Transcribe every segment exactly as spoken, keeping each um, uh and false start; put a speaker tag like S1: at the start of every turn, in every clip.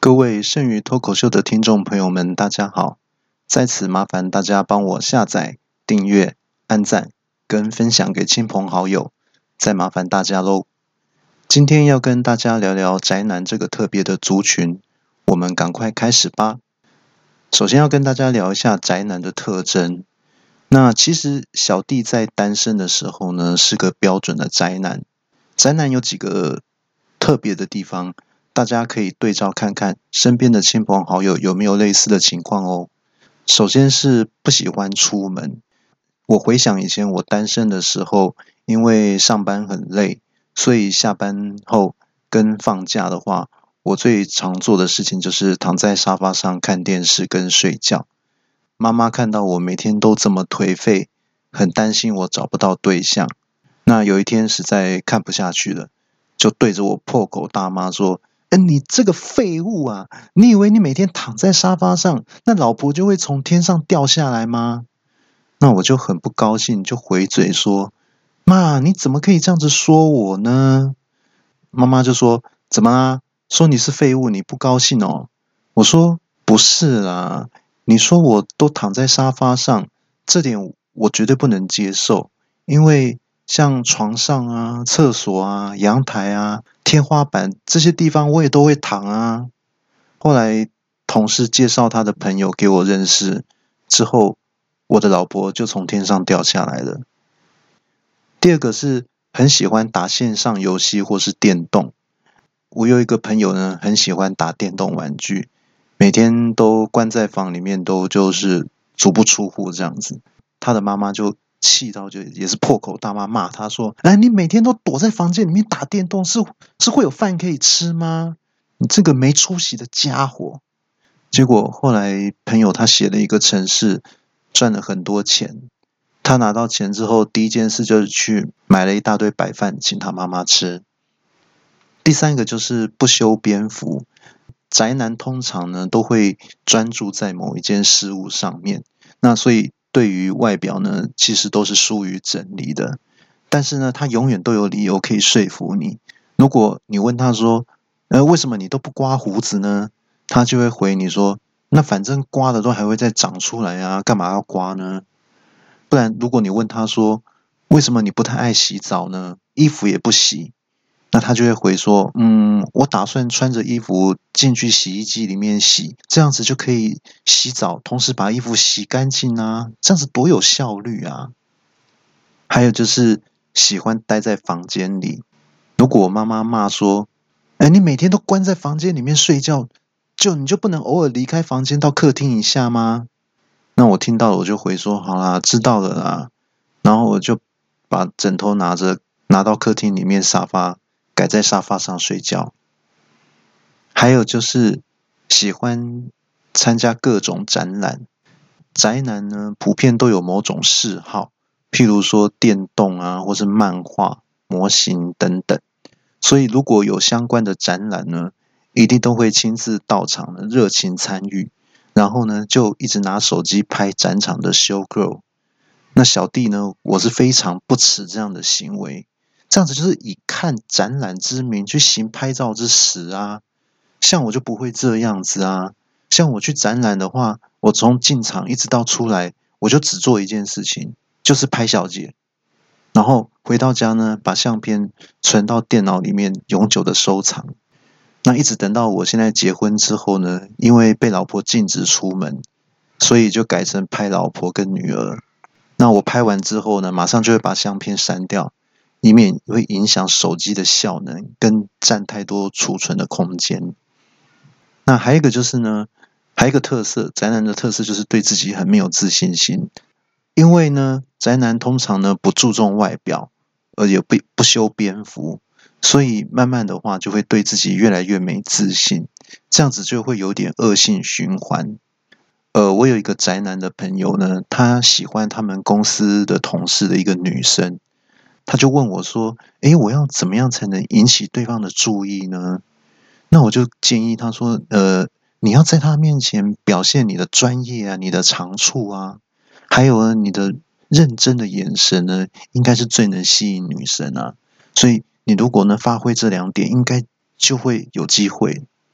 S1: 各位剩余脱口秀的听众朋友们，大家好！在此麻烦大家帮我下载、订阅、按赞跟分享给亲朋好友，再麻烦大家喽。今天要跟大家聊聊宅男这个特别的族群，我们赶快开始吧。首先要跟大家聊一下宅男的特征。那其实小弟在单身的时候呢，是个标准的宅男。宅男有几个特别的地方，大家可以对照看看身边的亲朋好友有没有类似的情况哦。首先是不喜欢出门。我回想以前我单身的时候，因为上班很累，所以下班后跟放假的话，我最常做的事情就是躺在沙发上看电视跟睡觉。妈妈看到我每天都这么颓废，很担心我找不到对象。那有一天实在看不下去了，就对着我破口大骂说：欸，你这个废物啊！你以为你每天躺在沙发上，那老婆就会从天上掉下来吗？那我就很不高兴，就回嘴说：妈，你怎么可以这样子说我呢？妈妈就说：怎么啦？说你是废物，你不高兴哦？我说：不是啦，你说我都躺在沙发上，这点我绝对不能接受，因为像床上啊、厕所啊、阳台啊、天花板这些地方我也都会躺啊。后来同事介绍他的朋友给我认识之后，我的老婆就从天上掉下来了。第二个是很喜欢打线上游戏或是电动。我有一个朋友呢，很喜欢打电动玩具，每天都关在房里面，都就是足不出户这样子。他的妈妈就气到就也是破口大骂，骂他说：哎，你每天都躲在房间里面打电动，是是会有饭可以吃吗？你这个没出息的家伙。结果后来朋友他写了一个程式，赚了很多钱。他拿到钱之后，第一件事就是去买了一大堆白饭请他妈妈吃。第三个就是不修边幅。宅男通常呢都会专注在某一件事物上面，那所以对于外表呢其实都是疏于整理的，但是呢他永远都有理由可以说服你。如果你问他说呃为什么你都不刮胡子呢？他就会回你说，那反正刮的都还会再长出来啊，干嘛要刮呢？不然如果你问他说为什么你不太爱洗澡呢？衣服也不洗，那他就会回说，嗯，我打算穿着衣服进去洗衣机里面洗，这样子就可以洗澡，同时把衣服洗干净啊，这样子多有效率啊。还有就是喜欢待在房间里。如果我妈妈骂说，哎，你每天都关在房间里面睡觉，就你就不能偶尔离开房间到客厅一下吗？那我听到了我就回说，好啦，知道了啦。然后我就把枕头拿着拿到客厅里面沙发，改在沙发上睡觉。还有就是喜欢参加各种展览。宅男呢普遍都有某种嗜好，譬如说电动啊，或是漫画、模型等等。所以如果有相关的展览呢，一定都会亲自到场的热情参与，然后呢就一直拿手机拍展场的 show girl。那小弟呢，我是非常不耻这样的行为，这样子就是以看展览之名去行拍照之实啊。像我就不会这样子啊，像我去展览的话，我从进场一直到出来，我就只做一件事情，就是拍小姐。然后回到家呢，把相片存到电脑里面永久的收藏。那一直等到我现在结婚之后呢，因为被老婆禁止出门，所以就改成拍老婆跟女儿。那我拍完之后呢，马上就会把相片删掉，以免会影响手机的效能跟占太多储存的空间。那还有一个就是呢，还有一个特色，宅男的特色就是对自己很没有自信心。因为呢，宅男通常呢不注重外表，而且不不修边幅，所以慢慢的话就会对自己越来越没自信，这样子就会有点恶性循环。呃，我有一个宅男的朋友呢，他喜欢他们公司的同事的一个女生，他就问我说：诶，我要怎么样才能引起对方的注意呢？那我就建议他说：呃，你要在他面前表现你的专业啊，你的长处啊，还有呢，你的认真的眼神呢，应该是最能吸引女生啊。所以你如果呢发挥这两点，应该就会有机会。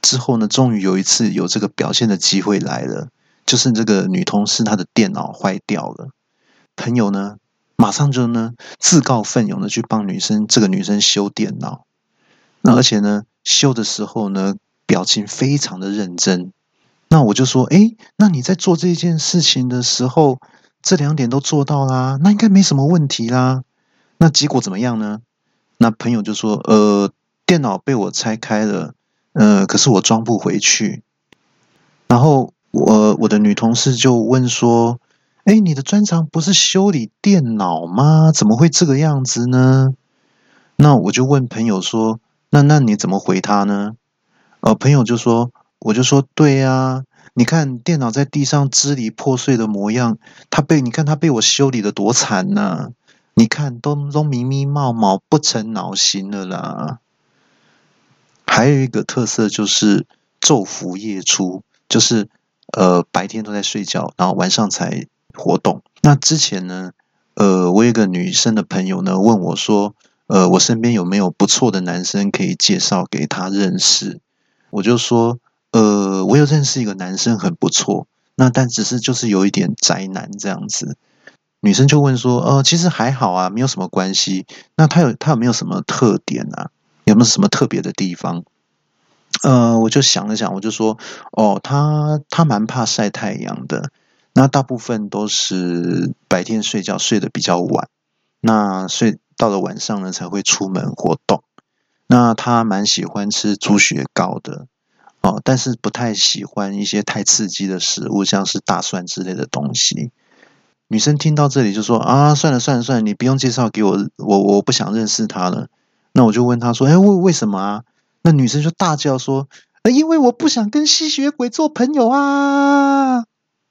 S1: 之后呢，终于有一次有这个表现的机会来了，就是这个女同事她的电脑坏掉了，朋友呢马上就呢自告奋勇的去帮女生这个女生修电脑，那而且呢修的时候呢表情非常的认真。那我就说，诶，那你在做这件事情的时候，这两点都做到啦，那应该没什么问题啦。那结果怎么样呢？那朋友就说，呃，电脑被我拆开了，呃，可是我装不回去。然后我我的女同事就问说，诶，你的专长不是修理电脑吗？怎么会这个样子呢？那我就问朋友说，那那你怎么回他呢？呃，朋友就说，我就说，对呀，你看电脑在地上支离破碎的模样，他被你看他被我修理的多惨呐、你看都都咪咪冒冒不成脑型了啦。还有一个特色就是昼伏夜出，就是呃白天都在睡觉，然后晚上才活动。那之前呢，呃，我有一个女生的朋友呢问我说，呃，我身边有没有不错的男生可以介绍给她认识？我就说，呃，我有认识一个男生很不错，那但只是就是有一点宅男这样子。女生就问说，呃，其实还好啊，没有什么关系。那他有他有没有什么特点啊？有没有什么特别的地方？呃，我就想了想，我就说，哦，他他蛮怕晒太阳的，那大部分都是白天睡觉睡得比较晚，那睡到了晚上呢才会出门活动。那他蛮喜欢吃猪血糕的哦，但是不太喜欢一些太刺激的食物，像是大蒜之类的东西。女生听到这里就说啊，算了算了算了，你不用介绍给我，我我不想认识他了。那我就问她说，哎，为为什么啊？那女生就大叫说，呃因为我不想跟吸血鬼做朋友啊。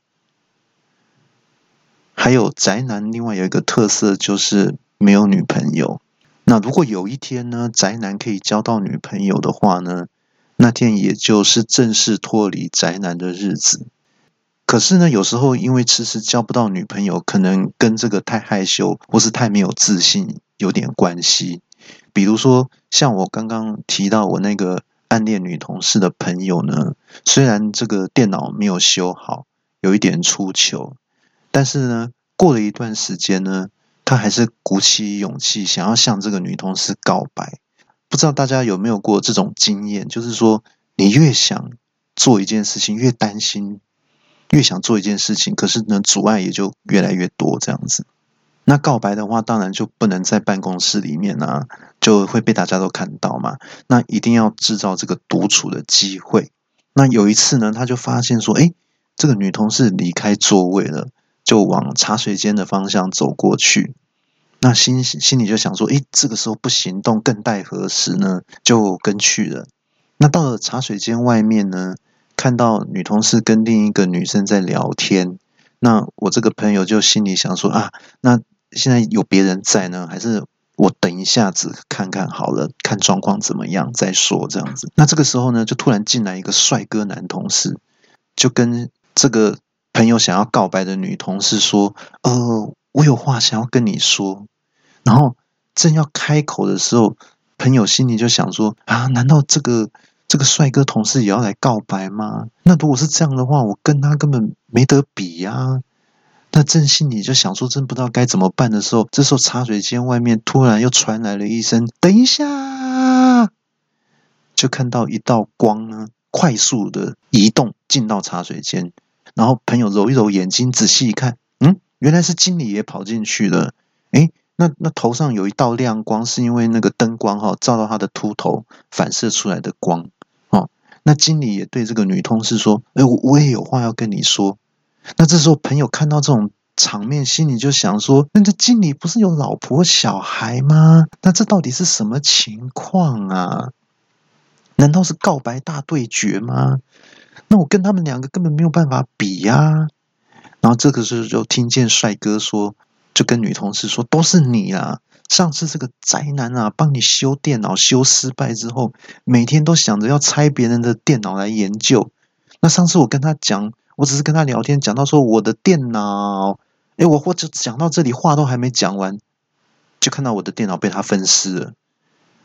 S1: 还有宅男另外有一个特色就是没有女朋友。那如果有一天呢，宅男可以交到女朋友的话呢，那天也就是正式脱离宅男的日子。可是呢，有时候因为迟迟交不到女朋友，可能跟这个太害羞或是太没有自信有点关系。比如说，像我刚刚提到我那个暗恋女同事的朋友呢，虽然这个电脑没有修好，有一点出糗，但是呢，过了一段时间呢，他还是鼓起勇气想要向这个女同事告白。不知道大家有没有过这种经验，就是说，你越想做一件事情，越担心，越想做一件事情，可是呢，阻碍也就越来越多这样子。那告白的话，当然就不能在办公室里面啊，就会被大家都看到嘛。那一定要制造这个独处的机会。那有一次呢，他就发现说，诶，这个女同事离开座位了，就往茶水间的方向走过去。那心心里就想说，诶，这个时候不行动，更待何时呢？就跟去了。那到了茶水间外面呢，看到女同事跟另一个女生在聊天。那我这个朋友就心里想说啊，那现在有别人在呢，还是我等一下子看看好了，看状况怎么样再说这样子。那这个时候呢，就突然进来一个帅哥男同事，就跟这个朋友想要告白的女同事说：“呃，我有话想要跟你说。”然后正要开口的时候，朋友心里就想说：“啊，难道这个这个帅哥同事也要来告白吗？那如果是这样的话，我跟他根本没得比呀、啊。”那正心里就想说，真不知道该怎么办的时候，这时候茶水间外面突然又传来了一声“等一下”，就看到一道光呢，快速的移动进到茶水间。然后朋友揉一揉眼睛，仔细一看，嗯，原来是经理也跑进去了。诶，那那头上有一道亮光，是因为那个灯光哈、哦、照到他的秃头反射出来的光。哦，那经理也对这个女同事说：“诶，我我也有话要跟你说。”那这时候朋友看到这种场面，心里就想说：那这经理不是有老婆小孩吗？那这到底是什么情况啊？难道是告白大对决吗？那我跟他们两个根本没有办法比呀、啊。然后这个时候就听见帅哥说，就跟女同事说：“都是你啦！上次这个宅男啊，帮你修电脑修失败之后，每天都想着要拆别人的电脑来研究。那上次我跟他讲，我只是跟他聊天，讲到说我的电脑，诶，我或者讲到这里话都还没讲完，就看到我的电脑被他分尸了。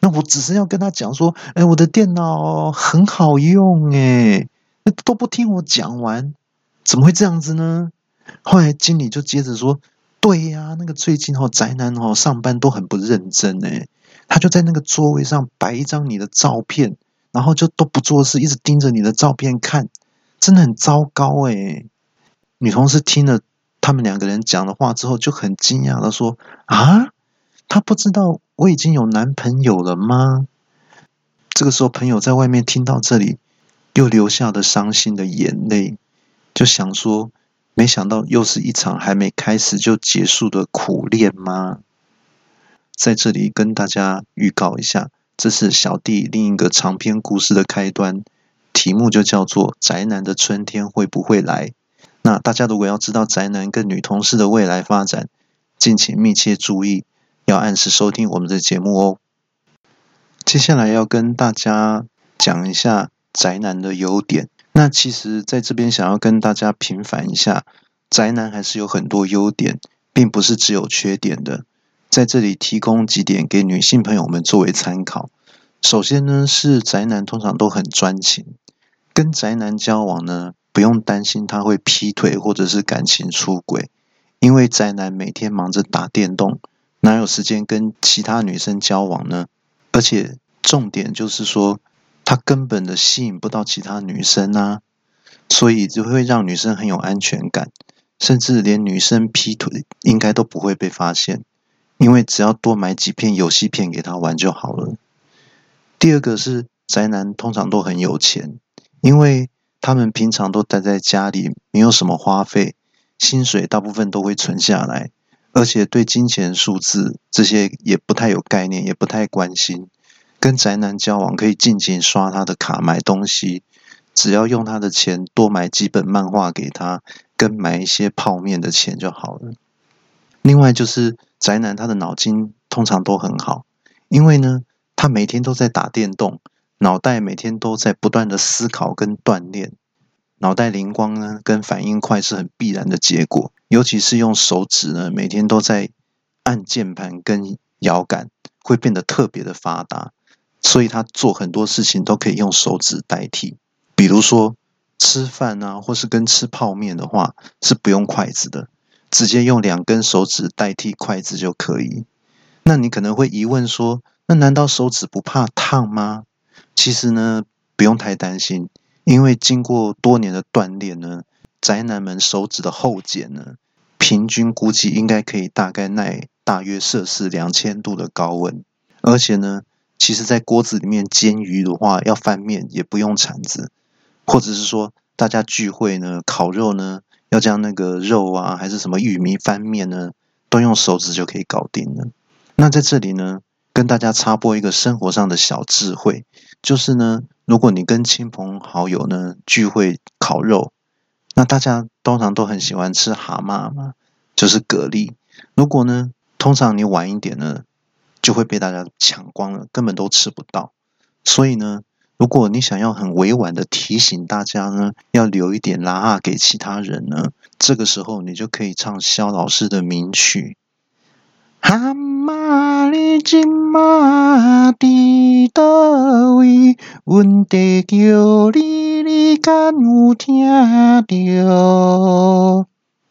S1: 那我只是要跟他讲说，哎，我的电脑很好用，哎，都不听我讲完，怎么会这样子呢？后来经理就接着说，对呀、啊，那个最近哦，宅男哦上班都很不认真哎，他就在那个座位上摆一张你的照片，然后就都不做事，一直盯着你的照片看，真的很糟糕哎。女同事听了他们两个人讲的话之后，就很惊讶的说：“啊，他不知道我已经有男朋友了吗？”这个时候，朋友在外面听到这里，又流下了伤心的眼泪，就想说：没想到又是一场还没开始就结束的苦恋吗？在这里跟大家预告一下，这是小弟另一个长篇故事的开端，题目就叫做《宅男的春天会不会来》。那大家如果要知道宅男跟女同事的未来发展，敬请密切注意，要按时收听我们的节目哦。接下来要跟大家讲一下宅男的优点。那其实在这边想要跟大家平反一下，宅男还是有很多优点，并不是只有缺点的。在这里提供几点给女性朋友们作为参考。首先呢，是宅男通常都很专情，跟宅男交往呢，不用担心他会劈腿或者是感情出轨，因为宅男每天忙着打电动，哪有时间跟其他女生交往呢？而且重点就是说，他根本的吸引不到其他女生啊，所以就会让女生很有安全感，甚至连女生劈腿应该都不会被发现。因为只要多买几片游戏片给他玩就好了。第二个是宅男通常都很有钱，因为他们平常都待在家里，没有什么花费，薪水大部分都会存下来，而且对金钱数字这些也不太有概念，也不太关心。跟宅男交往可以尽情刷他的卡买东西，只要用他的钱多买几本漫画给他，跟买一些泡面的钱就好了。另外就是宅男他的脑筋通常都很好，因为呢，他每天都在打电动，脑袋每天都在不断的思考跟锻炼，脑袋灵光呢跟反应快是很必然的结果，尤其是用手指呢，每天都在按键盘跟摇杆，会变得特别的发达，所以他做很多事情都可以用手指代替，比如说吃饭啊，或是跟吃泡面的话，是不用筷子的。直接用两根手指代替筷子就可以。那你可能会疑问说，那难道手指不怕烫吗？其实呢，不用太担心，因为经过多年的锻炼呢，宅男们手指的后茧呢，平均估计应该可以大概耐大约摄氏两千度的高温。而且呢，其实在锅子里面煎鱼的话，要翻面也不用铲子，或者是说大家聚会呢，烤肉呢，要将那个肉啊，还是什么玉米翻面呢，都用手指就可以搞定了。那在这里呢，跟大家插播一个生活上的小智慧，就是呢，如果你跟亲朋好友呢聚会烤肉，那大家通常都很喜欢吃蛤蟆嘛，就是蛤蜊。如果呢，通常你晚一点呢，就会被大家抢光了，根本都吃不到。所以呢，如果你想要很委婉的提醒大家呢，要留一点拉啊给其他人呢，这个时候你就可以唱萧老师的名曲。蛤蟆你今嘛伫倒位？阮在叫你，你敢有听到？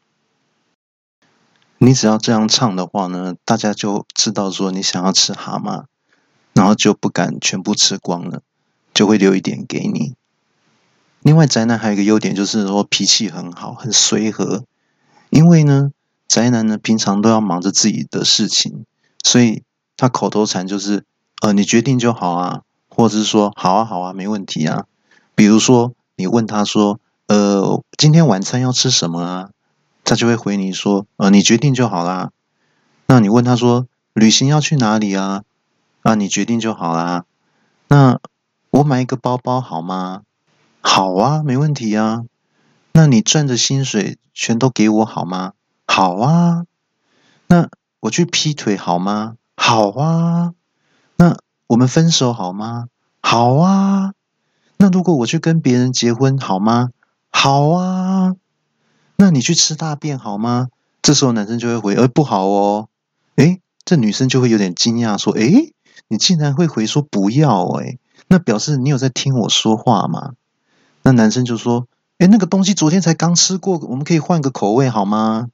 S1: 你只要这样唱的话呢，大家就知道说你想要吃蛤蟆，然后就不敢全部吃光了，就会留一点给你。另外，宅男还有一个优点就是说脾气很好，很随和。因为呢，宅男呢平常都要忙着自己的事情，所以他口头禅就是呃你决定就好啊，或者是说好啊好啊没问题啊。比如说你问他说呃今天晚餐要吃什么啊，他就会回你说呃你决定就好啦。那你问他说旅行要去哪里啊，啊你决定就好啦。那我买一个包包好吗？好啊，没问题啊。那你赚的薪水全都给我好吗？好啊。那我去劈腿好吗？好啊。那我们分手好吗？好啊。那如果我去跟别人结婚好吗？好啊。那你去吃大便好吗？这时候男生就会回，呃，不好哦。诶，这女生就会有点惊讶，说，诶， 你竟然会回说不要诶，那表示你有在听我说话吗？那男生就说，诶，那个东西昨天才刚吃过，我们可以换个口味好吗？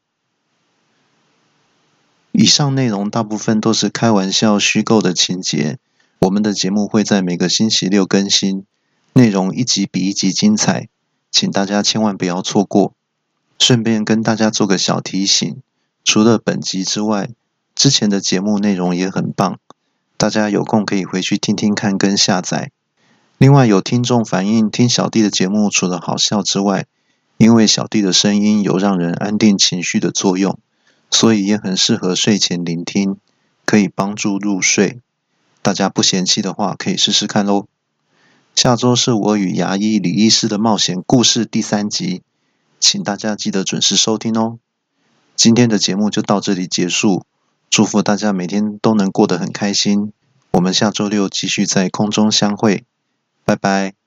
S1: 以上内容大部分都是开玩笑虚构的情节，我们的节目会在每个星期六更新，内容一集比一集精彩，请大家千万不要错过。顺便跟大家做个小提醒，除了本集之外，之前的节目内容也很棒，大家有空可以回去听听看跟下载。另外有听众反映听小弟的节目除了好笑之外，因为小弟的声音有让人安定情绪的作用，所以也很适合睡前聆听，可以帮助入睡。大家不嫌弃的话，可以试试看咯。下周是我与牙医李医师的冒险故事第三集，请大家记得准时收听哦。今天的节目就到这里结束，祝福大家每天都能过得很开心。我们下周六继续在空中相会，拜拜。